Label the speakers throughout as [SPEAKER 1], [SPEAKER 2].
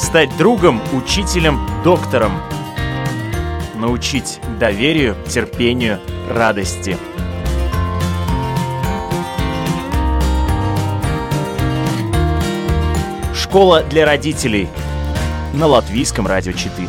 [SPEAKER 1] стать другом, учителем, доктором. Научить доверию, терпению, радости. Школа для родителей на Латвийском радио 4.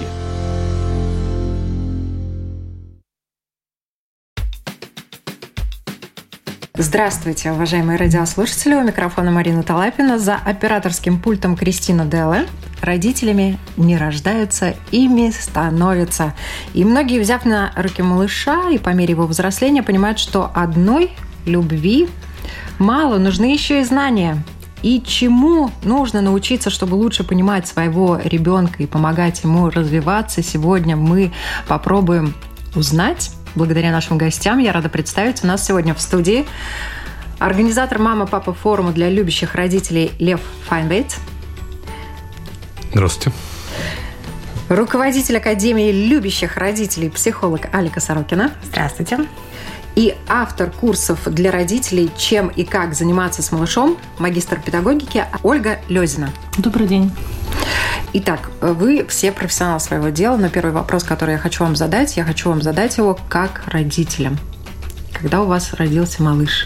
[SPEAKER 2] Здравствуйте, уважаемые радиослушатели. У микрофона Марина Талапина, за операторским пультом Кристина Делле. Родителями не рождаются, ими становятся. И многие, взяв на руки малыша и по мере его взросления, понимают, что одной любви мало, нужны еще и знания. И чему нужно научиться, чтобы лучше понимать своего ребенка и помогать ему развиваться, сегодня мы попробуем узнать. Благодаря нашим гостям я рада представить, у нас сегодня в студии организатор «Мама-папа» форума для любящих родителей Лев Файнвейт.
[SPEAKER 3] Здравствуйте.
[SPEAKER 2] Руководитель Академии любящих родителей, психолог Алика Сорокина.
[SPEAKER 4] Здравствуйте.
[SPEAKER 2] И автор курсов для родителей «Чем и как заниматься с малышом», магистр педагогики Ольга Лёзина.
[SPEAKER 4] Добрый день.
[SPEAKER 2] Итак, вы все профессионалы своего дела, но первый вопрос, который я хочу вам задать его как родителям. Когда у вас родился малыш,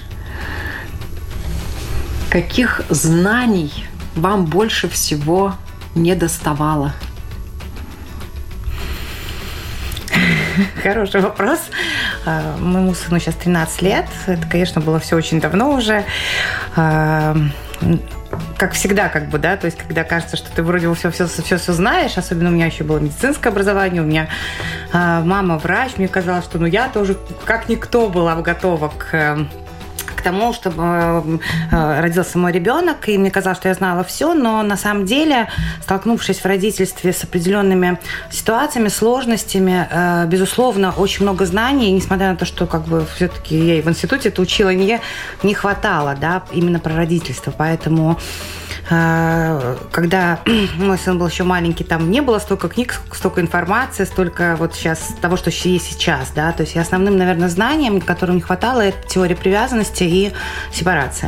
[SPEAKER 2] каких знаний вам больше всего не доставало?
[SPEAKER 4] Хороший вопрос. Моему сыну сейчас 13 лет. Это, конечно, было все очень давно уже. Как всегда, да, то есть, когда кажется, что ты вроде все знаешь, особенно у меня еще было медицинское образование, у меня мама врач, мне казалось, что я тоже как никто была готова к тому, чтобы родился мой ребенок, и мне казалось, что я знала все, но на самом деле, столкнувшись в родительстве с определенными ситуациями, сложностями, безусловно, очень много знаний, и несмотря на то, что все-таки я и в институте это учила, не хватало, да, именно про родительство, поэтому когда мой сын был еще маленький, там не было столько книг, столько информации, столько вот сейчас того, что есть сейчас, да, то есть основным, наверное, знанием, которым не хватало, это теория привязанности и сепарация.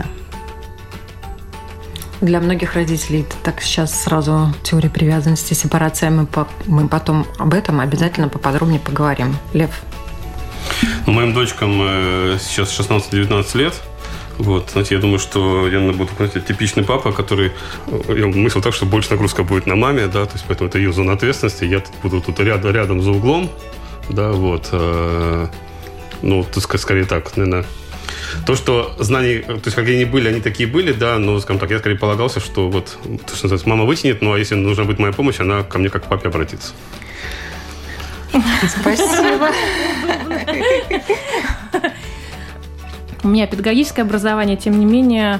[SPEAKER 2] Для многих родителей это так сейчас сразу теория привязанности, сепарация, мы потом об этом обязательно поподробнее поговорим. Лев?
[SPEAKER 3] Моим дочкам сейчас 16-19 лет. Вот, знаете, я думаю, что я буду, знаете, типичный папа, который... Я мыслил так, что больше нагрузка будет на маме, да, то есть поэтому это ее зона ответственности. Я буду тут рядом за углом, да, вот. Тут скорее так, наверное. То, что знания, то есть какие они были, они такие были, да, но, скажем так, я скорее полагался, что вот, то, что называется, мама вытянет, ну, а если нужна будет моя помощь, она ко мне как к папе обратится.
[SPEAKER 2] Спасибо.
[SPEAKER 5] У меня педагогическое образование, тем не менее,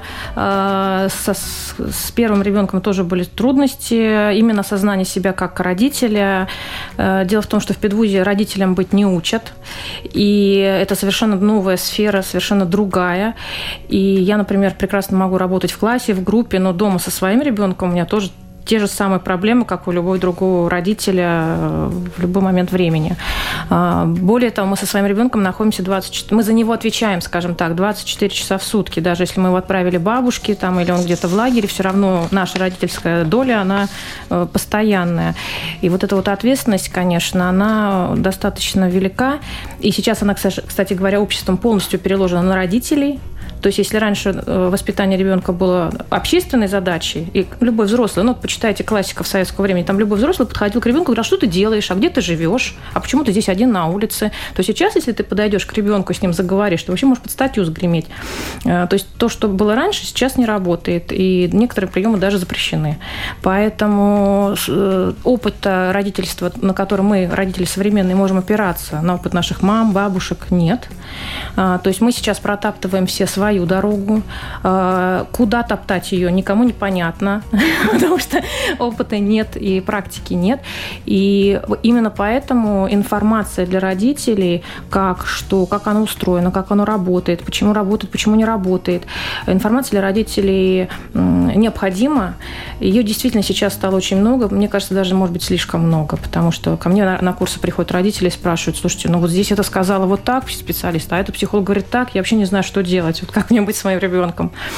[SPEAKER 5] с первым ребенком тоже были трудности, именно осознание себя как родителя. Дело в том, что в педвузе родителям быть не учат, и это совершенно новая сфера, совершенно другая. И я, например, прекрасно могу работать в классе, в группе, но дома со своим ребенком у меня тоже те же самые проблемы, как у любого другого родителя в любой момент времени. Более того, мы со своим ребенком находимся 24... Мы за него отвечаем, скажем так, 24 часа в сутки. Даже если мы его отправили бабушке там, или он где-то в лагере, все равно наша родительская доля, она постоянная. И вот эта вот ответственность, конечно, она достаточно велика. И сейчас она, кстати говоря, обществом полностью переложена на родителей. То есть, если раньше воспитание ребенка было общественной задачей, и любой взрослый, почитайте классиков советского времени, там любой взрослый подходил к ребенку и говорил, а что ты делаешь, а где ты живешь, а почему ты здесь один на улице. То сейчас, если ты подойдешь к ребенку, с ним заговоришь, ты вообще можешь под статью загреметь. То есть, то, что было раньше, сейчас не работает, и некоторые приемы даже запрещены. Поэтому опыта родительства, на который мы, родители современные, можем опираться, на опыт наших мам, бабушек, нет. То есть, мы сейчас протаптываем все свою дорогу. Куда топтать ее, никому не понятно, потому что опыта нет и практики нет. И именно поэтому информация для родителей, как оно устроено, как оно работает, почему не работает. Информация для родителей необходима. Ее действительно сейчас стало очень много. Мне кажется, даже, может быть, слишком много, потому что ко мне на курсы приходят родители и спрашивают, слушайте, вот здесь это сказала вот так специалист, а этот психолог говорит так, я вообще не знаю, что делать. Вот как мне быть с моим ребенком?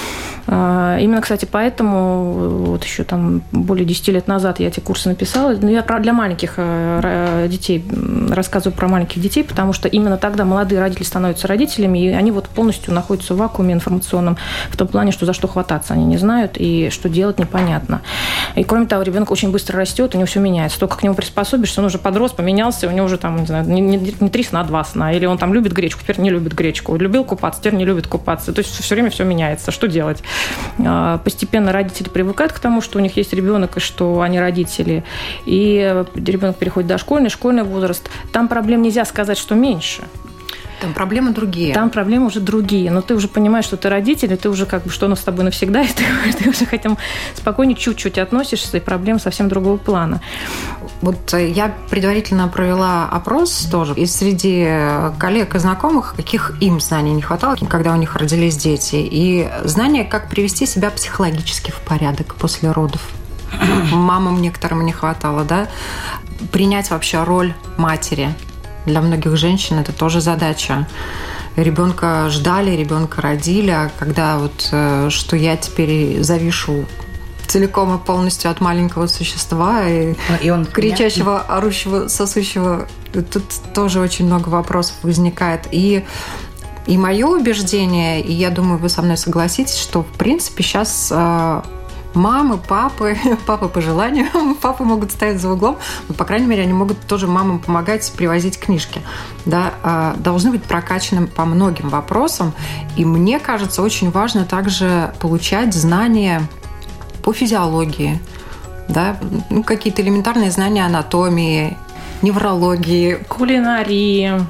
[SPEAKER 5] Именно, кстати, поэтому вот еще там более 10 лет назад я эти курсы написала. Но я для маленьких детей рассказываю про маленьких детей, потому что именно тогда молодые родители становятся родителями, и они вот полностью находятся в вакууме информационном, в том плане, что за что хвататься они не знают, и что делать непонятно. И кроме того, ребенок очень быстро растет, у него все меняется. Только к нему приспособишься, он уже подрос, поменялся, у него уже там, не знаю, не 3 сна, а 2 сна. Или он там любит гречку, теперь не любит гречку. Любил купаться, теперь не любит купаться. То есть все время все меняется. Что делать? Постепенно родители привыкают к тому, что у них есть ребенок и что они родители. И ребенок переходит в дошкольный, школьный возраст. Там проблем нельзя сказать, что меньше.
[SPEAKER 2] Там проблемы другие.
[SPEAKER 5] Там проблемы уже другие. Но ты уже понимаешь, что ты родитель, и ты уже как бы, что оно с тобой навсегда, и ты уже к этим спокойнее чуть-чуть относишься, и проблемы совсем другого плана.
[SPEAKER 2] Вот я предварительно провела опрос тоже. И среди коллег и знакомых, каких им знаний не хватало, когда у них родились дети. И знания, как привести себя психологически в порядок после родов. Мамам некоторым не хватало, да? Принять вообще роль матери. Для многих женщин это тоже задача. Ребенка ждали, ребенка родили, а когда вот что я теперь завишу целиком и полностью от маленького существа и он кричащего, орущего, сосущего, тут тоже очень много вопросов возникает. И мое убеждение, и я думаю, вы со мной согласитесь, что в принципе сейчас мамы, папы по желанию, папы могут стоять за углом, но, по крайней мере, они могут тоже мамам помогать привозить книжки. Да? Должны быть прокачаны по многим вопросам. И мне кажется, очень важно также получать знания по физиологии, да? Ну, какие-то элементарные знания анатомии, неврологии,
[SPEAKER 5] кулинарии,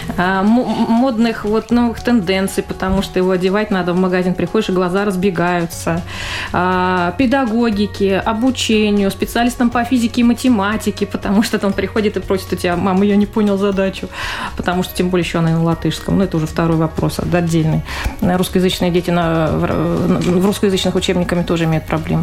[SPEAKER 5] модных вот новых тенденций, потому что его одевать надо в магазин, приходишь, и глаза разбегаются, педагогики, обучению, специалистам по физике и математике, потому что он приходит и просит у тебя: мама, я не понял задачу, потому что тем более еще она на латышском, но это уже второй вопрос, отдельный. Русскоязычные дети в русскоязычных учебниках тоже имеют проблемы.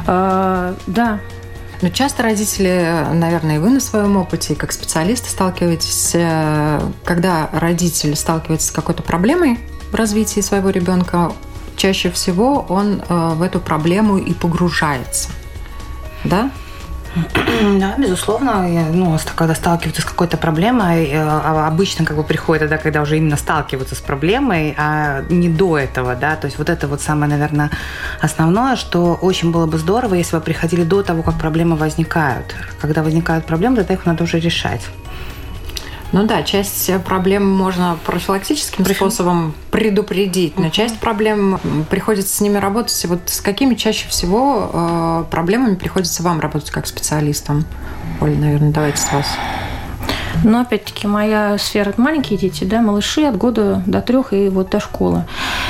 [SPEAKER 5] Да.
[SPEAKER 2] Но часто родители, наверное, и вы на своем опыте, как специалисты, сталкиваетесь, когда родитель сталкивается с какой-то проблемой в развитии своего ребенка, чаще всего он в эту проблему и погружается. Да?
[SPEAKER 4] Да, безусловно. Когда сталкиваются с какой-то проблемой, обычно как бы приходит тогда, когда уже именно сталкиваются с проблемой, а не до этого, да. То есть вот это вот самое, наверное, основное, что очень было бы здорово, если бы приходили до того, как проблемы возникают. Когда возникают проблемы, тогда их надо уже решать.
[SPEAKER 2] Ну да, часть проблем можно профилактическим способом предупредить, но часть проблем приходится с ними работать. И вот с какими чаще всего проблемами приходится вам работать как специалистам? Оля, наверное, давайте с вас.
[SPEAKER 5] Но опять-таки моя сфера – это маленькие дети, да, малыши от года до 3 и вот до школы.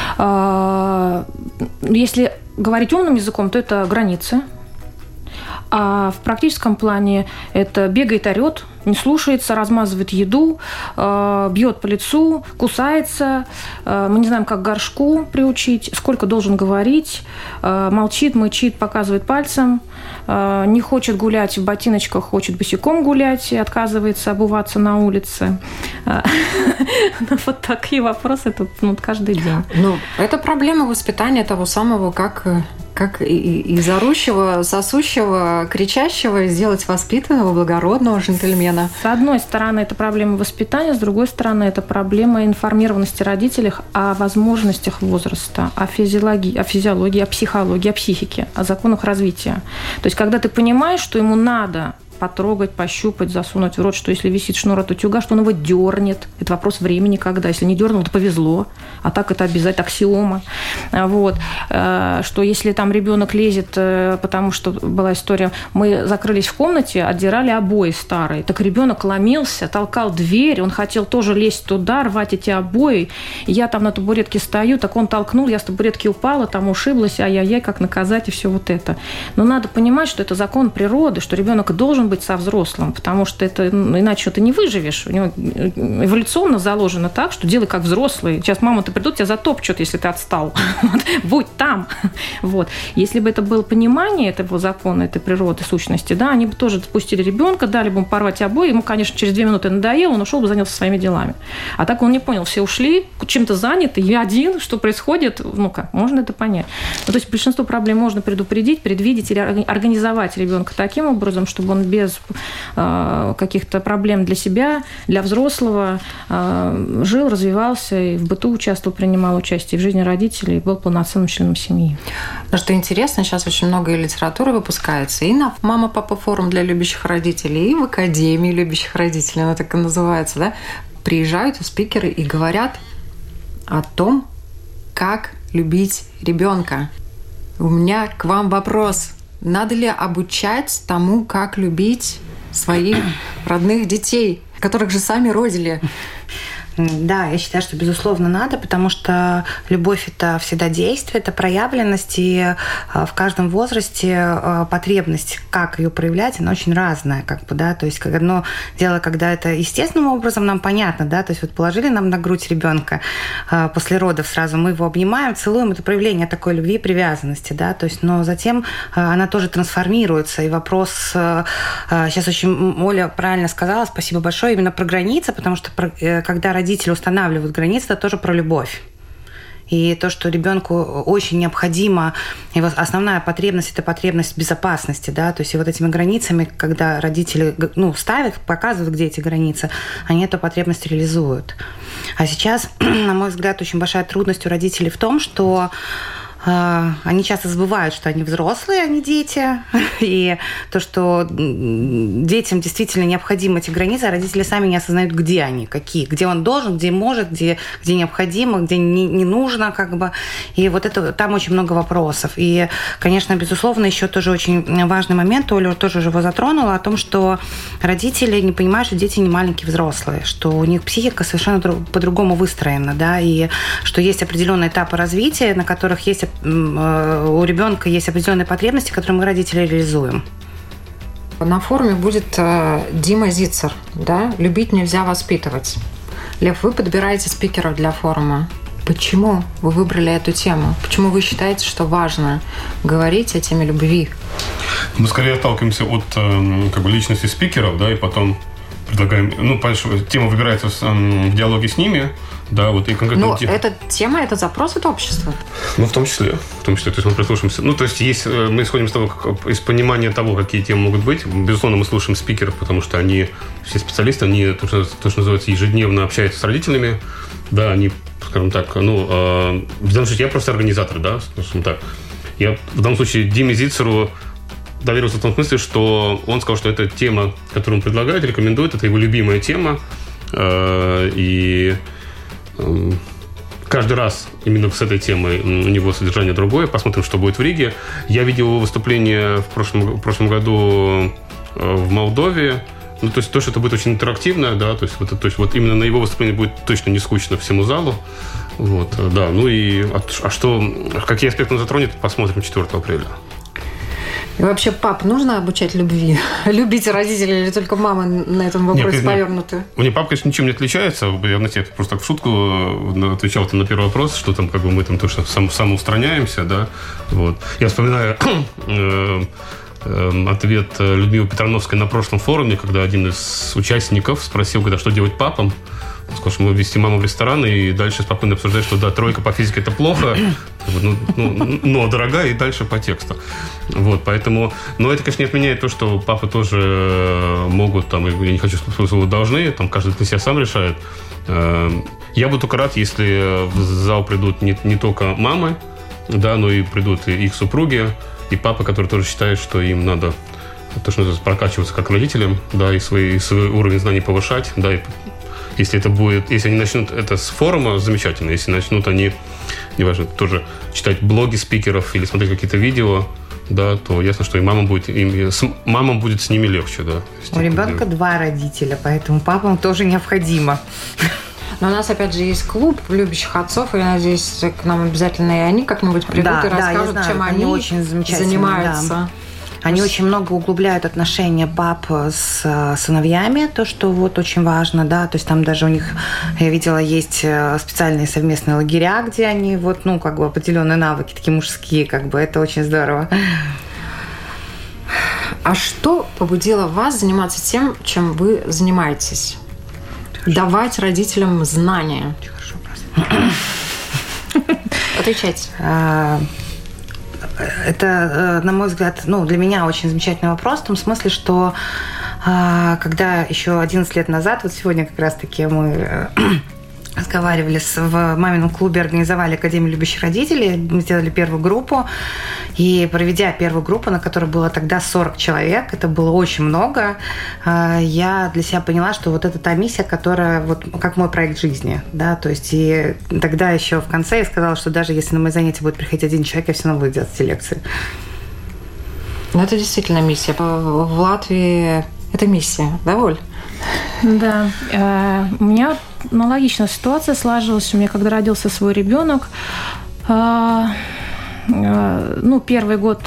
[SPEAKER 5] Если говорить умным языком, то это границы. А в практическом плане это бегает, орет, не слушается, размазывает еду, бьет по лицу, кусается. Мы не знаем, как горшку приучить, сколько должен говорить, молчит, мычит, показывает пальцем, не хочет гулять в ботиночках, хочет босиком гулять и отказывается обуваться на улице. Вот такие вопросы тут каждый день.
[SPEAKER 2] Ну, это проблема воспитания того самого, как из орущего, сосущего, кричащего сделать воспитанного, благородного джентльмена.
[SPEAKER 5] С одной стороны, это проблема воспитания, с другой стороны, это проблема информированности родителей о возможностях возраста, о физиологии, о психологии, о психике, о законах развития. То есть, когда ты понимаешь, что ему надо потрогать, пощупать, засунуть в рот, что если висит шнур от утюга, что он его дернет. Это вопрос времени, когда. Если не дернул, то повезло. А так это обязательно аксиома. Вот. Что если там ребенок лезет, потому что была история, мы закрылись в комнате, отдирали обои старые. Так ребенок ломился, толкал дверь, он хотел тоже лезть туда, рвать эти обои. Я там на табуретке стою, так он толкнул, я с табуретки упала, там ушиблась, ай-яй-яй, как наказать и все вот это. Но надо понимать, что это закон природы, что ребенок должен быть со взрослым, потому что это, иначе ты не выживешь. У него эволюционно заложено так, что делай как взрослый. Сейчас мама-то придут, тебя затопчут, если ты отстал. Будь там. Вот. Если бы это было понимание этого закона, этой природы, сущности, да, они бы тоже отпустили ребенка, дали бы ему порвать обои, ему, конечно, через 2 минуты надоело, он ушел бы, занялся своими делами. А так он не понял, все ушли, чем-то заняты, я один, что происходит, как, можно это понять. То есть большинство проблем можно предупредить, предвидеть или организовать ребенка таким образом, чтобы он без каких-то проблем для себя, для взрослого жил, развивался, и в быту участвовал, принимал участие в жизни родителей, и был полноценным членом семьи.
[SPEAKER 2] Но что интересно, сейчас очень много и литературы выпускается, и на «Мама-папа форум для любящих родителей», и в Академии любящих родителей, она так и называется, да, приезжают спикеры и говорят о том, как любить ребенка. У меня к вам вопрос. Надо ли обучать тому, как любить своих родных детей, которых же сами родили?
[SPEAKER 4] Да, я считаю, что, безусловно, надо, потому что любовь – это всегда действие, это проявленность, и в каждом возрасте потребность, как ее проявлять, она очень разная. То есть одно дело, когда это естественным образом, нам понятно, да, то есть вот положили нам на грудь ребенка после родов сразу, мы его обнимаем, целуем, это проявление такой любви и привязанности, да, то есть, но затем она тоже трансформируется, и вопрос, сейчас очень Оля правильно сказала, спасибо большое, именно про границы, потому что когда родители устанавливают границы, это тоже про любовь. И то, что ребенку очень необходимо, его основная потребность – это потребность безопасности, да, то есть и вот этими границами, когда родители, ставят, показывают, где эти границы, они эту потребность реализуют. А сейчас, на мой взгляд, очень большая трудность у родителей в том, что они часто забывают, что они взрослые, а не дети. И то, что детям действительно необходимы эти границы, а родители сами не осознают, где они, какие. Где он должен, где может, где необходимо, где не нужно. И вот это, там очень много вопросов. И, конечно, безусловно, еще тоже очень важный момент, Оля тоже уже его затронула, о том, что родители не понимают, что дети не маленькие взрослые, что у них психика совершенно по-другому выстроена, да, и что есть определенные этапы развития, на которых есть у ребенка есть определенные потребности, которые мы, родители, реализуем.
[SPEAKER 2] На форуме будет Дима Зицер, да? «Любить нельзя воспитывать». Лев, вы подбираете спикеров для форума. Почему вы выбрали эту тему? Почему вы считаете, что важно говорить о теме любви?
[SPEAKER 3] Мы скорее отталкиваемся от личности спикеров, да, и потом предлагаем, тема выбирается в диалоге с ними, да, вот и конкретно.
[SPEAKER 2] Но эта тема, это запрос от общества.
[SPEAKER 3] В том числе, то есть мы прислушиваемся. Мы исходим из понимания того, какие темы могут быть. Безусловно, мы слушаем спикеров, потому что они все специалисты, они, то, что называется, ежедневно общаются с родителями, да, они, скажем так, в данном случае я просто организатор, да, скажем так. Я в данном случае Диме Зицеру доверился в том смысле, что он сказал, что эта тема, которую он предлагает, рекомендует, это его любимая тема. И каждый раз именно с этой темой у него содержание другое. Посмотрим, что будет в Риге. Я видел его выступление в прошлом году в Молдове. То есть то, что это будет очень интерактивно, да, то есть вот именно на его выступлении будет точно не скучно всему залу. Вот, да, какие аспекты он затронет, посмотрим 4 апреля.
[SPEAKER 2] И вообще, пап, нужно обучать любви? Любите родителей или только мама на этом вопросе повернуты?
[SPEAKER 3] У меня папа, конечно, ничем не отличается. Я просто так в шутку отвечал на первый вопрос, что там мы там точно самоустраняемся, да. Вот. Я вспоминаю ответ Людмилы Петрановской на прошлом форуме, когда один из участников спросил, что делать папам. Он сказал, что мы вести маму в ресторан и дальше спокойно обсуждать, что да, 3 по физике это плохо, но дорогая, и дальше по тексту. Вот, поэтому, но это, конечно, не отменяет то, что папы тоже могут, я не хочу сказать, должны, каждый для себя сам решает. Я буду только рад, если в зал придут не только мамы, да, но и придут и их супруги, и папы, которые тоже считают, что им надо то, что называется, прокачиваться как родителям, да, и свой уровень знаний повышать, да, и если они начнут это с форума, замечательно. Если начнут они, неважно, тоже читать блоги спикеров или смотреть какие-то видео, да, то ясно, что и мамам будет с ними легче, да.
[SPEAKER 4] У ребенка 2 родителя, поэтому папам тоже необходимо.
[SPEAKER 2] Но у нас, опять же, есть клуб любящих отцов, и я надеюсь, к нам обязательно и они как-нибудь придут и расскажут, чем они очень занимаются. Да.
[SPEAKER 4] Они очень много углубляют отношения пап с сыновьями, то, что вот очень важно, да, то есть там даже у них, я видела, есть специальные совместные лагеря, где они вот, ну, как бы определенные навыки, такие мужские, как бы, это очень здорово.
[SPEAKER 2] А что побудило вас заниматься тем, чем вы занимаетесь? Давать родителям знания.
[SPEAKER 4] Очень хорошо вопрос.
[SPEAKER 2] Отвечайте.
[SPEAKER 4] Это, на мой взгляд, ну, для меня очень замечательный вопрос, в том смысле, что когда еще 11 лет назад, вот сегодня как раз-таки мы разговаривали в мамином клубе, организовали Академию любящих родителей, мы сделали первую группу, и проведя первую группу, на которой было тогда 40 человек, это было очень много, я для себя поняла, что вот это та миссия, которая вот как мой проект жизни, да, то есть и тогда еще в конце я сказала, что даже если на мои занятия будет приходить один человек, я все равно буду делать эти лекции.
[SPEAKER 2] Ну, это действительно миссия. В Латвии это миссия, да, Оль?
[SPEAKER 5] Да. У меня аналогичная ситуация сложилась. У меня, когда родился свой ребенок, ну, первый год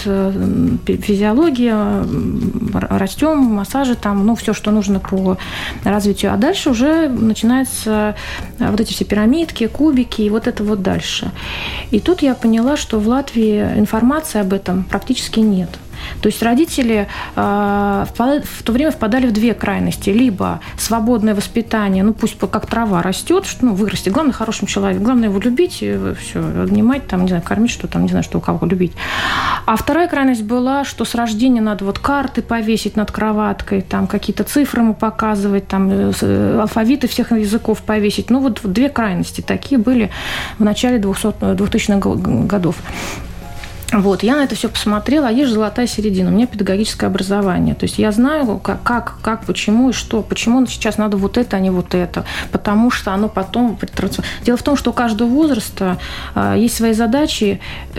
[SPEAKER 5] физиология, растем, массажи, там, ну, все, что нужно по развитию. А дальше уже начинаются вот эти все пирамидки, кубики, и вот это вот дальше. И тут я поняла, что в Латвии информации об этом практически нет. То есть родители в то время впадали в две крайности. Либо свободное воспитание, ну пусть как трава растет, ну, вырастет. Главное, хорошим человеком. Главное его любить, все, обнимать, там, не знаю, кормить, что там, не знаю, что у кого любить. А вторая крайность была, что с рождения надо вот карты повесить над кроваткой, там какие-то цифры ему показывать, там алфавиты всех языков повесить. Ну вот две крайности такие были в начале 2000-х годов. Вот, я на это все посмотрела, а есть же золотая середина. У меня педагогическое образование. То есть я знаю, как, почему и что. Почему сейчас надо вот это, а не вот это. Потому что оно потом... Дело в том, что у каждого возраста есть свои задачи,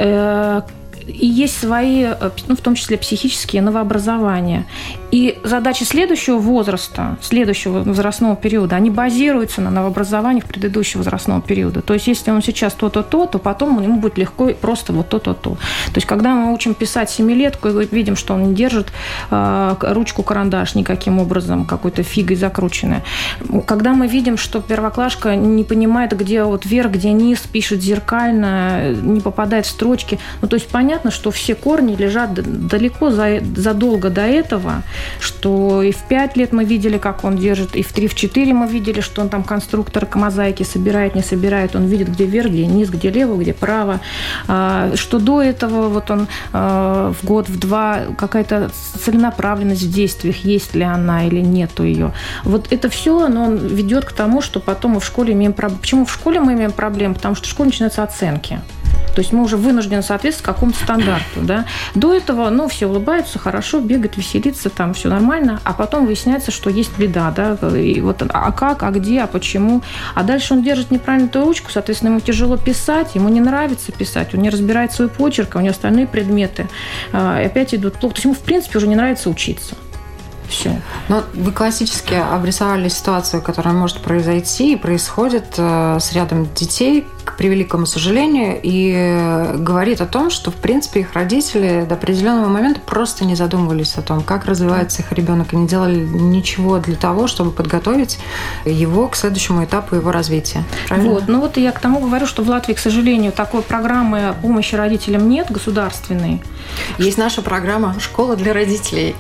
[SPEAKER 5] и есть свои, ну, в том числе психические новообразования. И задачи следующего возраста, следующего возрастного периода, они базируются на новообразованиях предыдущего возрастного периода. То есть, если он сейчас то, то потом ему будет легко просто вот то. То есть, когда мы учим писать семилетку и видим, что он не держит ручку-карандаш никаким образом, какой-то фигой закрученной. Когда мы видим, что первоклашка не понимает, где вот вверх, где низ, пишет зеркально, не попадает в строчки. Ну, то есть, понятно, что все корни лежат далеко задолго до этого, что и в 5 лет мы видели, как он держит, и в 3, в 4 мы видели, что он там конструктор мозаики собирает, не собирает, он видит, где вверх, где низ, где лево, где право, что до этого вот он в год, в 2 какая-то целенаправленность в действиях, есть ли она или нету ее. Вот это все, оно ведет к тому, что потом мы в школе имеем проблемы. Почему в школе мы имеем проблемы? Потому что в школе начинаются оценки. То есть мы уже вынуждены соответствовать какому-то стандарту. Да? До этого, ну, все улыбаются, хорошо, бегают, веселятся, там все нормально, а потом выясняется, что есть беда. Да? И вот, а как, а где, а почему? А дальше он держит неправильно эту ручку, соответственно, ему тяжело писать, ему не нравится писать, он не разбирает свой почерк, а у него остальные предметы и опять идут плохо. То есть ему, в принципе, уже не нравится учиться. Все.
[SPEAKER 2] Но вы классически обрисовали ситуацию, которая может произойти и происходит с рядом детей, к превеликому сожалению, и говорит о том, что, в принципе, их родители до определенного момента просто не задумывались о том, как развивается их ребенок, и не делали ничего для того, чтобы подготовить его к следующему этапу его развития. Правильно?
[SPEAKER 5] Вот. Ну вот я к тому говорю, что в Латвии, к сожалению, такой программы помощи родителям нет, государственной.
[SPEAKER 2] Есть наша программа «Школа для родителей».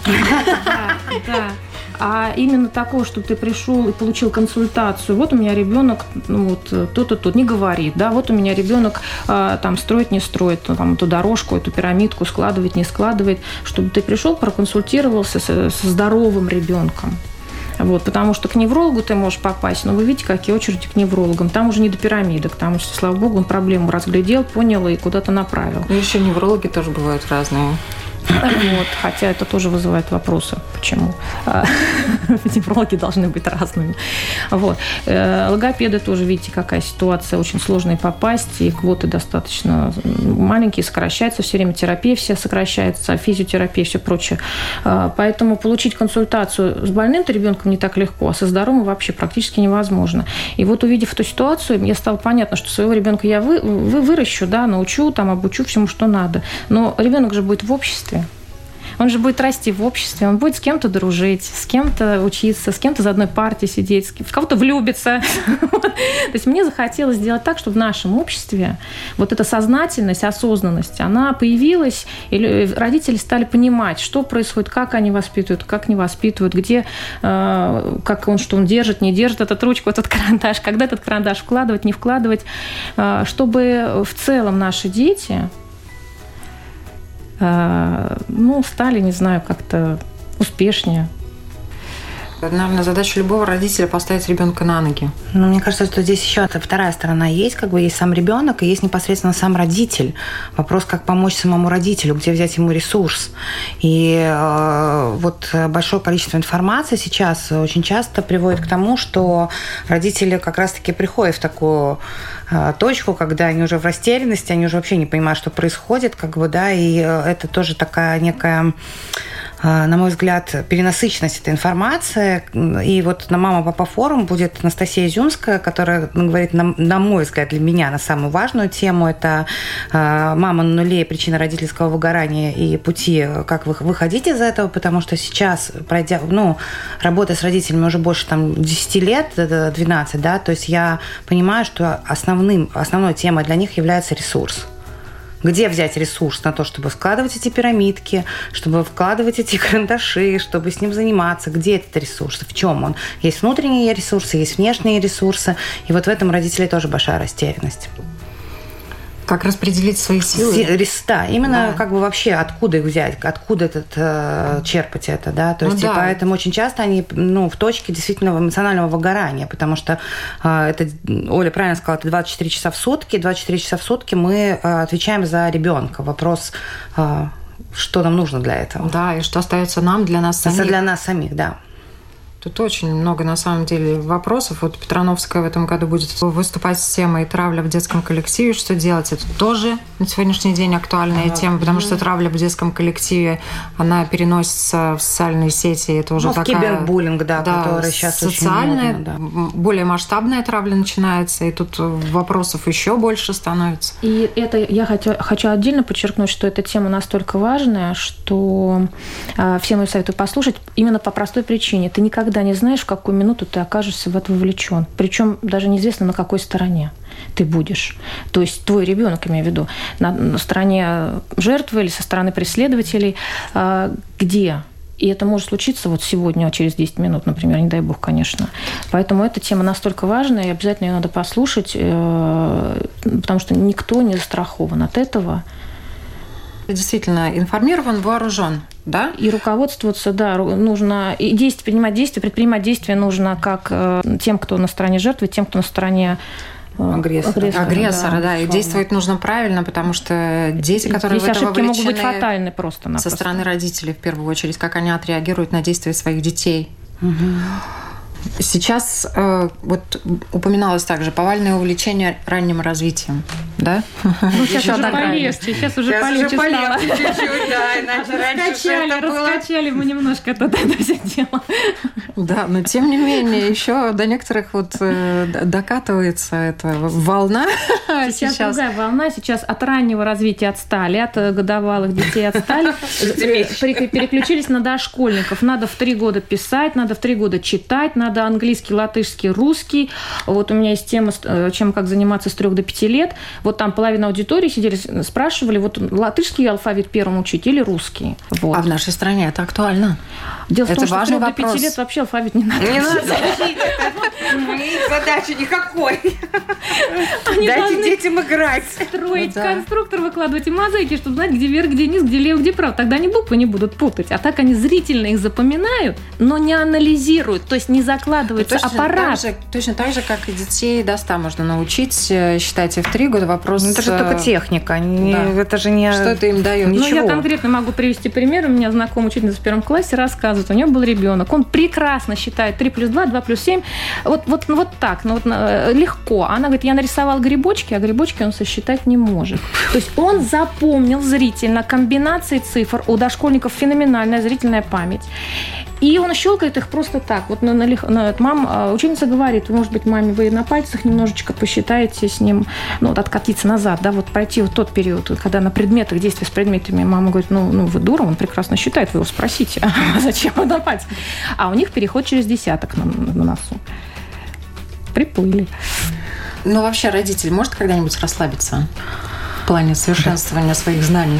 [SPEAKER 5] Да. А именно такого, чтобы ты пришел и получил консультацию. Вот у меня ребенок, ну, вот то-то, не говорит, да, вот у меня ребенок там строит, не строит, там, эту дорожку, эту пирамидку складывает, не складывает, чтобы ты пришел, проконсультировался со здоровым ребенком. Вот, потому что к неврологу ты можешь попасть, но вы видите, какие очереди к неврологам. Там уже не до пирамидок, там, слава богу, он проблему разглядел, понял и куда-то направил.
[SPEAKER 2] И еще неврологи тоже бывают разные.
[SPEAKER 5] Вот, хотя это тоже вызывает вопросы. Почему? Неврологи должны быть разными. Вот. Логопеды тоже, видите, какая ситуация. Очень сложно попасть, и квоты достаточно маленькие, сокращаются все время. Терапия вся сокращается, физиотерапия, все прочее. Поэтому получить консультацию с больным ребенком не так легко, а со здоровым вообще практически невозможно. И вот, увидев эту ситуацию, мне стало понятно, что своего ребенка я выращу, да, научу, там, обучу всему, что надо. Но ребенок же будет в обществе. Он же будет расти в обществе, он будет с кем-то дружить, с кем-то учиться, с кем-то за одной партией сидеть, в кого-то влюбиться. То есть мне захотелось сделать так, чтобы в нашем обществе вот эта сознательность, осознанность, она появилась, и родители стали понимать, что происходит, как они воспитывают, как не воспитывают, где, как он, что он держит, не держит этот ручку, этот карандаш, когда этот карандаш вкладывать, не вкладывать, чтобы в целом наши дети стали, не знаю, как-то успешнее.
[SPEAKER 2] Наверное, задача любого родителя поставить ребенка на ноги.
[SPEAKER 4] Ну, мне кажется, что здесь еще вторая сторона есть, есть сам ребенок и есть непосредственно сам родитель. Вопрос, как помочь самому родителю, где взять ему ресурс. И большое количество информации сейчас очень часто приводит к тому, что родители как раз-таки приходят в такую точку, когда они уже в растерянности, они уже вообще не понимают, что происходит, и это тоже такая некая, на мой взгляд, перенасыщенность этой информации. И на «Мама-папа форум» будет Анастасия Изюмская, которая говорит, на мой взгляд, для меня на самую важную тему. Это «Мама на нуле. Причина родительского выгорания и пути, как выходить из этого», потому что сейчас, пройдя, работая с родителями уже больше 10 лет, 12, то есть я понимаю, что основной темой для них является ресурс. Где взять ресурс на то, чтобы складывать эти пирамидки, чтобы вкладывать эти карандаши, чтобы с ним заниматься? Где этот ресурс? В чем он? Есть внутренние ресурсы, есть внешние ресурсы. И в этом у родителей тоже большая растерянность.
[SPEAKER 2] Как распределить свои силы?
[SPEAKER 4] Да, именно вообще откуда их взять, откуда черпать это, То есть, поэтому очень часто они в точке действительно эмоционального выгорания, потому что это, Оля правильно сказала, это 24 часа в сутки. 24 часа в сутки мы отвечаем за ребенка. Вопрос, что нам нужно для этого.
[SPEAKER 2] Да, и что остается нам, для нас самих.
[SPEAKER 4] Для нас самих, да.
[SPEAKER 2] Тут очень много, на самом деле, вопросов. Петрановская в этом году будет выступать с темой «Травля в детском коллективе». Что делать? Это тоже на сегодняшний день актуальная тема, потому что травля в детском коллективе, она переносится в социальные сети. Это уже такая...
[SPEAKER 4] кибербуллинг, который сейчас
[SPEAKER 2] социальная,
[SPEAKER 4] очень модно,
[SPEAKER 2] более масштабная травля начинается, и тут вопросов еще больше становится.
[SPEAKER 5] И это я хочу отдельно подчеркнуть, что эта тема настолько важная, что всем ее советую послушать именно по простой причине. Ты никогда не знаешь, в какую минуту ты окажешься в это вовлечен. Причем даже неизвестно, на какой стороне ты будешь. То есть твой ребенок, имею в виду, на стороне жертвы или со стороны преследователей, где? И это может случиться сегодня, через 10 минут, например, не дай бог, конечно. Поэтому эта тема настолько важная, и обязательно ее надо послушать, потому что никто не застрахован от этого.
[SPEAKER 2] Действительно, информирован, вооружен, да?
[SPEAKER 5] И руководствоваться, нужно, и предпринимать действия нужно как тем, кто на стороне жертвы, тем, кто на стороне
[SPEAKER 2] агрессора, да. И действовать нужно правильно, потому что дети, которые в это
[SPEAKER 5] ошибки
[SPEAKER 2] вовлечены,
[SPEAKER 5] могут быть фатальны просто-напросто.
[SPEAKER 2] Со стороны родителей, в первую очередь, как они отреагируют на действия своих детей. Угу. Сейчас упоминалось также повальное увлечение ранним развитием, да?
[SPEAKER 5] Сейчас уже полегче, стало.
[SPEAKER 4] Чуть-чуть, да, иначе раньше
[SPEAKER 5] раскачали мы немножко это все дело.
[SPEAKER 2] Да, но тем не менее, еще до некоторых докатывается эта волна.
[SPEAKER 5] Сейчас другая волна, сейчас от раннего развития отстали, от годовалых детей отстали, переключились на дошкольников. Надо в 3 года писать, надо в 3 года читать, надо английский, латышский, русский. У меня есть тема, чем как заниматься с 3 до 5 лет. Там половина аудитории сидели, спрашивали, латышский алфавит первым учить или русский.
[SPEAKER 2] А в нашей стране это актуально.
[SPEAKER 5] Дело в том, что с 3 до 5 лет вообще алфавит не надо.
[SPEAKER 4] Не надо задачи никакой. Дайте детям играть.
[SPEAKER 5] Строить конструктор, выкладывать и мозаики, чтобы знать, где вверх, где низ, где лево, где право. Тогда они буквы не будут путать. А так они зрительно их запоминают, но не анализируют, то есть не закладывается аппарат.
[SPEAKER 2] Точно так же, как и детей до 100 можно научить считать в 3 года. Вопрос...
[SPEAKER 4] Это же только техника. Это же не...
[SPEAKER 2] Что это им дает?
[SPEAKER 5] Я конкретно могу привести пример. У меня знакомая учительница в 1 классе рассказывает. У нее был ребенок. Он прекрасно считает 3 плюс 2, 2 плюс 7. Вот так. Легко. Она говорит, я нарисовал грибочки, а грибочки он сосчитать не может. То есть он запомнил зрительно комбинации цифр. У дошкольников феноменальная зрительная память. И он щелкает их просто так. Вот ученица говорит, может быть, маме, вы на пальцах немножечко посчитаете с ним, вот откатиться назад, да, вот пройти вот тот период, когда на предметах, действия с предметами, мама говорит, вы дура, он прекрасно считает, вы его спросите, зачем он на пальцах? А у них переход через десяток на носу. Приплыли.
[SPEAKER 2] Вообще родитель может когда-нибудь расслабиться в плане совершенствования своих знаний?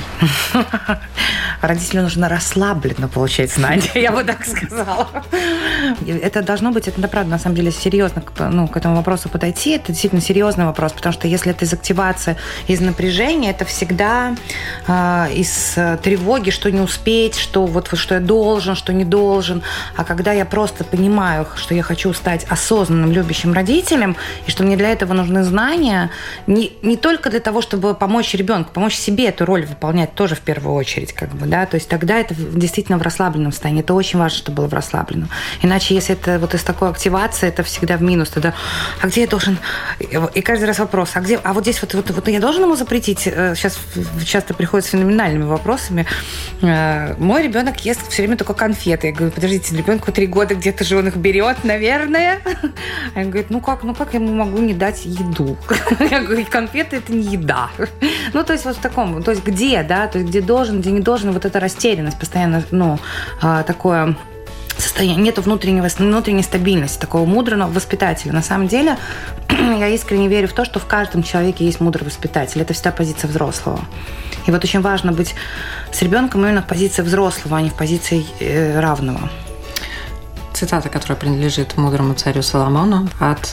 [SPEAKER 4] Родителю нужно расслабленно получать знания, я бы так сказала. Это должно быть, это правда, на самом деле, серьезно к этому вопросу подойти. Это действительно серьезный вопрос, потому что если это из активации, из напряжения, это всегда из тревоги, что не успеть, что я должен, что не должен. А когда я просто понимаю, что я хочу стать осознанным, любящим родителем, и что мне для этого нужны знания, не только для того, чтобы помочь ребенку, помочь себе эту роль выполнять тоже в первую очередь, да, то есть тогда это действительно в расслабленном состоянии. Это очень важно, чтобы было в расслабленном. Иначе, если это вот из такой активации, это всегда в минус. Тогда, а где я должен... И каждый раз вопрос, а вот здесь вот я должен ему запретить? Сейчас часто приходят с феноменальными вопросами. Мой ребенок ест все время только конфеты. Я говорю, подождите, ребенку 3 года, где-то же он их берет, наверное. А он говорит, как я ему могу не дать еду? Я говорю, конфеты – это не еда. То есть вот в таком, то есть где, да, то есть где должен, где не должен, вот эта растерянность постоянно, такое состояние, нету внутренней стабильности, такого мудрого воспитателя. На самом деле, я искренне верю в то, что в каждом человеке есть мудрый воспитатель. Это всегда позиция взрослого. И вот очень важно быть с ребенком именно в позиции взрослого, а не в позиции равного.
[SPEAKER 2] Цитата, которая принадлежит мудрому царю Соломону от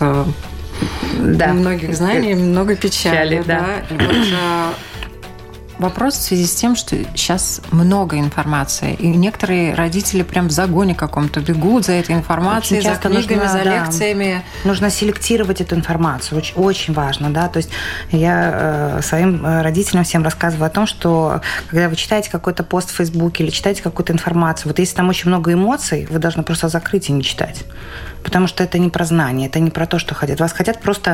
[SPEAKER 2] многих знаний, много печали. Да. И вот, вопрос в связи с тем, что сейчас много информации, и некоторые родители прям в загоне каком-то бегут за этой информацией, за книгами, за лекциями.
[SPEAKER 4] Нужно селектировать эту информацию, очень, очень важно, да, то есть я своим родителям всем рассказываю о том, что когда вы читаете какой-то пост в Фейсбуке или читаете какую-то информацию, вот если там очень много эмоций, вы должны просто закрыть и не читать. Потому что это не про знание, это не про то, что хотят. Вас хотят просто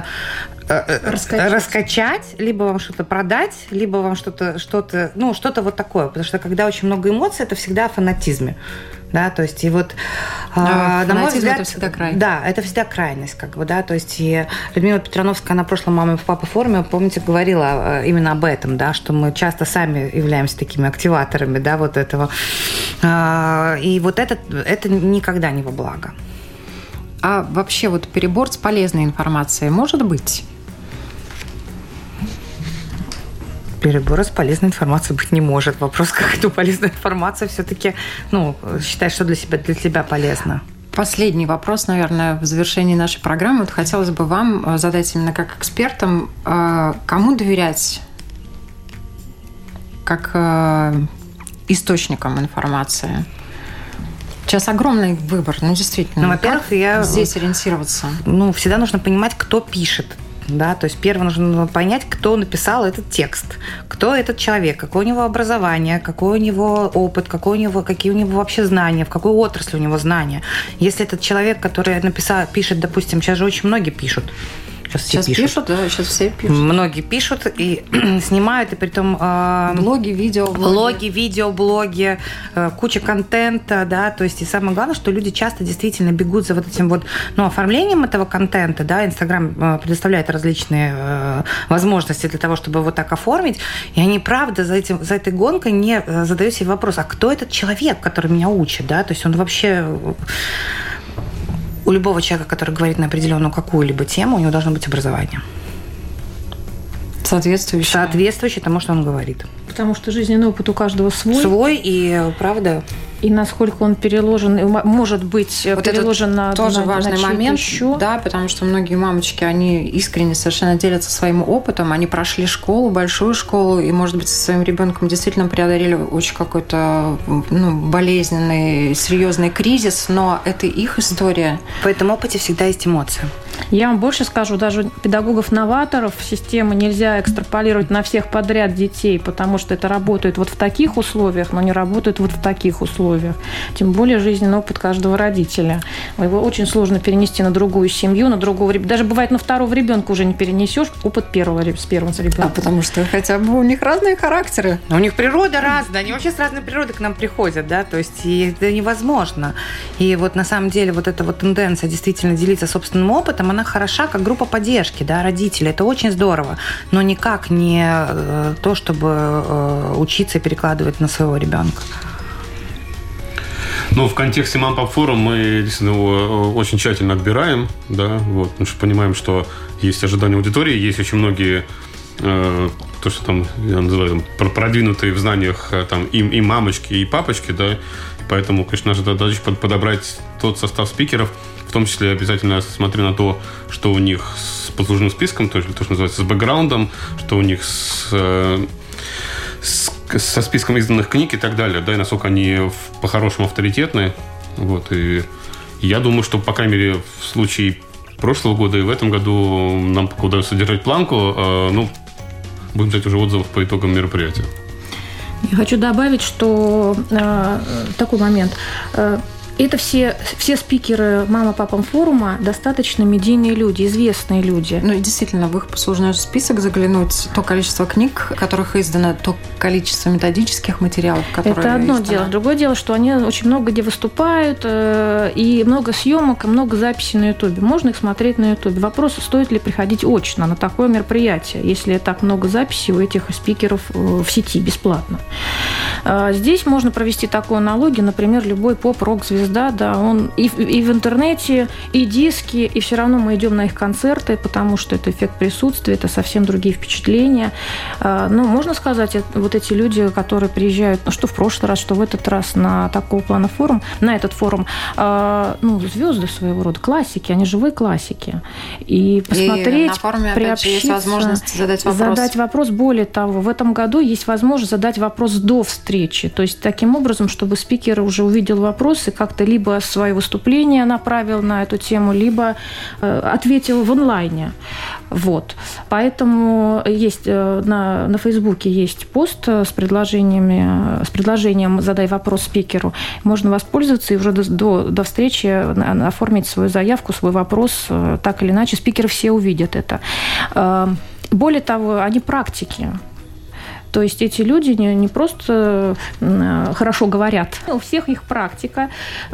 [SPEAKER 4] раскачать, либо вам что-то продать, либо вам что-то вот такое. Потому что когда очень много эмоций, это всегда о фанатизме. Да, то есть, и вот, на мой взгляд,
[SPEAKER 2] это всегда крайность.
[SPEAKER 4] Да, это всегда крайность, да, то есть, и Людмила Петрановская на прошлом «Мама в папа» форуме, помните, говорила именно об этом, да, что мы часто сами являемся такими активаторами, да, вот этого. И вот это никогда не во благо.
[SPEAKER 2] А вообще вот перебор с полезной информацией может быть?
[SPEAKER 4] Перебора с полезной информацией быть не может. Вопрос, как эту полезную информацию все-таки, считай, что для тебя полезно.
[SPEAKER 2] Последний вопрос, наверное, в завершении нашей программы. Вот хотелось бы вам задать именно как экспертам, кому доверять как источникам информации? Сейчас огромный выбор, действительно.
[SPEAKER 4] Во-первых,
[SPEAKER 2] здесь ориентироваться?
[SPEAKER 4] Всегда нужно понимать, кто пишет. Да, то есть первое нужно понять, кто написал этот текст, кто этот человек, какое у него образование, какой у него опыт, какие у него вообще знания, в какой отрасли у него знания. Если этот человек, который пишет, допустим, сейчас же очень многие пишут. Сейчас
[SPEAKER 2] пишут, да, сейчас все пишут.
[SPEAKER 4] Многие пишут и снимают, и притом...
[SPEAKER 2] Блоги,
[SPEAKER 4] видеоблоги, куча контента, да, то есть и самое главное, что люди часто действительно бегут за вот этим вот, оформлением этого контента, да, Инстаграм предоставляет различные возможности для того, чтобы вот так оформить, и они, правда, за этой гонкой не задают себе вопрос, а кто этот человек, который меня учит, да, то есть он вообще... У любого человека, который говорит на определенную какую-либо тему, у него должно быть образование. Соответствующее тому, что он говорит.
[SPEAKER 5] Потому что жизненный опыт у каждого свой.
[SPEAKER 4] Свой, и правда...
[SPEAKER 5] И насколько он переложен, может быть, вот переложен на
[SPEAKER 2] тоже важный момент,
[SPEAKER 5] еще.
[SPEAKER 2] Да, потому что многие мамочки, они искренне совершенно делятся своим опытом, они прошли школу, большую школу, и, может быть, со своим ребенком действительно преодолели очень какой-то болезненный, серьезный кризис, но это их история.
[SPEAKER 4] В этом опыте всегда есть эмоции.
[SPEAKER 5] Я вам больше скажу, даже педагогов-новаторов системы нельзя экстраполировать на всех подряд детей, потому что это работает вот в таких условиях, но не работает вот в таких условиях. Тем более жизненный опыт каждого родителя. Его очень сложно перенести на другую семью, на другого ребенка. Даже бывает, на второго ребенка уже не перенесешь опыт с первым ребенком.
[SPEAKER 2] А потому что хотя бы у них разные характеры.
[SPEAKER 4] У них природа разная, они вообще с разной природой к нам приходят, да, то есть и это невозможно. И вот на самом деле вот эта вот тенденция действительно делиться собственным опытом, она хороша как группа поддержки, да, родителей. Это очень здорово, но никак не то, чтобы учиться и перекладывать на своего ребенка.
[SPEAKER 3] Ну, в контексте Мам-Пап Форум мы действительно его очень тщательно отбираем, да, вот, потому что понимаем, что есть ожидания аудитории, есть очень многие, то, что там, я называю, там, продвинутые в знаниях там, и мамочки, и папочки, да, поэтому, конечно, наша задача подобрать тот состав спикеров, в том числе обязательно смотря на то, что у них с послужным списком, то, что называется, с бэкграундом, что у них со списком изданных книг и так далее, да, и насколько они по-хорошему авторитетны. Вот, и я думаю, что, по крайней мере, в случае прошлого года и в этом году нам пока удается держать планку, ну, будем ждать уже отзывов по итогам мероприятия.
[SPEAKER 5] Я хочу добавить, что такой момент. Это все спикеры «Мама-папам» форума достаточно медийные люди, известные люди.
[SPEAKER 2] Ну и действительно, в их послужной список заглянуть, то количество книг, которых издано, то количество методических материалов, которые
[SPEAKER 5] это одно
[SPEAKER 2] издано.
[SPEAKER 5] дело. Другое дело, что они очень много где выступают, и много съемок, и много записей на Ютубе. Можно их смотреть на Ютубе. Вопрос, стоит ли приходить очно на такое мероприятие, если так много записей у этих спикеров в сети бесплатно. Здесь можно провести такую аналогию, например, любой поп-рок-звезда, да, он и в интернете, и диски, и все равно мы идем на их концерты, потому что это эффект присутствия, это совсем другие впечатления. Ну, можно сказать, вот эти люди, которые приезжают, ну, что в прошлый раз, что в этот раз на такого плана форум, на этот форум, ну, звезды своего рода, классики, они живые классики. И посмотреть,
[SPEAKER 2] и на форуме, опять же, есть возможность задать вопрос.
[SPEAKER 5] Более того, в этом году есть возможность задать вопрос до встречи. То есть таким образом, чтобы спикер уже увидел вопрос и как-то либо свое выступление направил на эту тему, либо ответил в онлайне. Вот. Поэтому есть на Фейсбуке есть пост с предложением «Задай вопрос спикеру». Можно воспользоваться и уже до встречи оформить свою заявку, свой вопрос. Так или иначе, спикеры все увидят это. Более того, они практики. То есть эти люди не просто хорошо говорят, у всех их практика.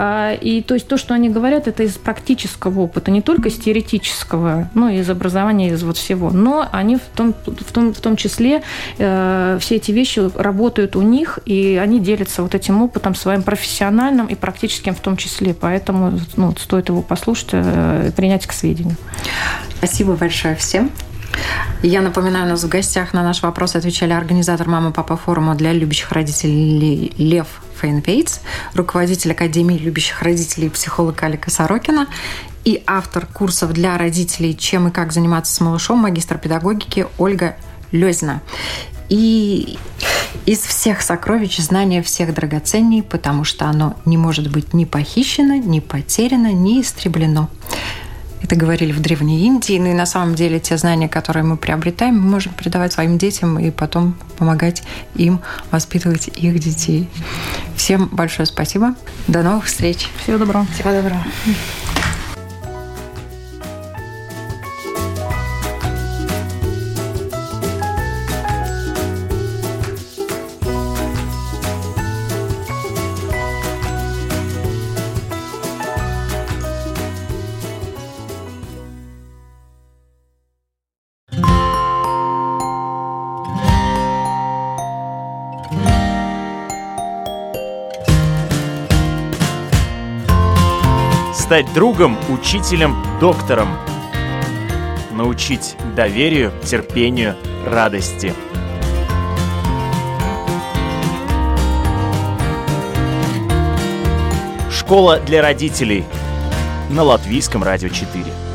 [SPEAKER 5] И то есть то, что они говорят, это из практического опыта, не только из теоретического, но и из образования, из вот всего. Но они в том числе все эти вещи работают у них, и они делятся вот этим опытом своим профессиональным и практическим в том числе. Поэтому стоит его послушать и принять к сведению.
[SPEAKER 2] Спасибо большое всем. Я напоминаю, у нас в гостях на наш вопрос отвечали организатор «Мама-папа» форума для любящих родителей Лев Фейнвейтс, руководитель Академии любящих родителей психолог Алика Сорокина и автор курсов для родителей «Чем и как заниматься с малышом» магистр педагогики Ольга Лёзина. И из всех сокровищ знание всех драгоценней, потому что оно не может быть ни похищено, ни потеряно, ни истреблено. Это говорили в Древней Индии. Ну и на самом деле те знания, которые мы приобретаем, мы можем передавать своим детям и потом помогать им воспитывать их детей. Всем большое спасибо. До новых встреч.
[SPEAKER 5] Всего доброго.
[SPEAKER 2] Всего доброго.
[SPEAKER 1] Стать другом, учителем, доктором. Научить доверию, терпению, радости. Школа для родителей на Латвийском радио 4.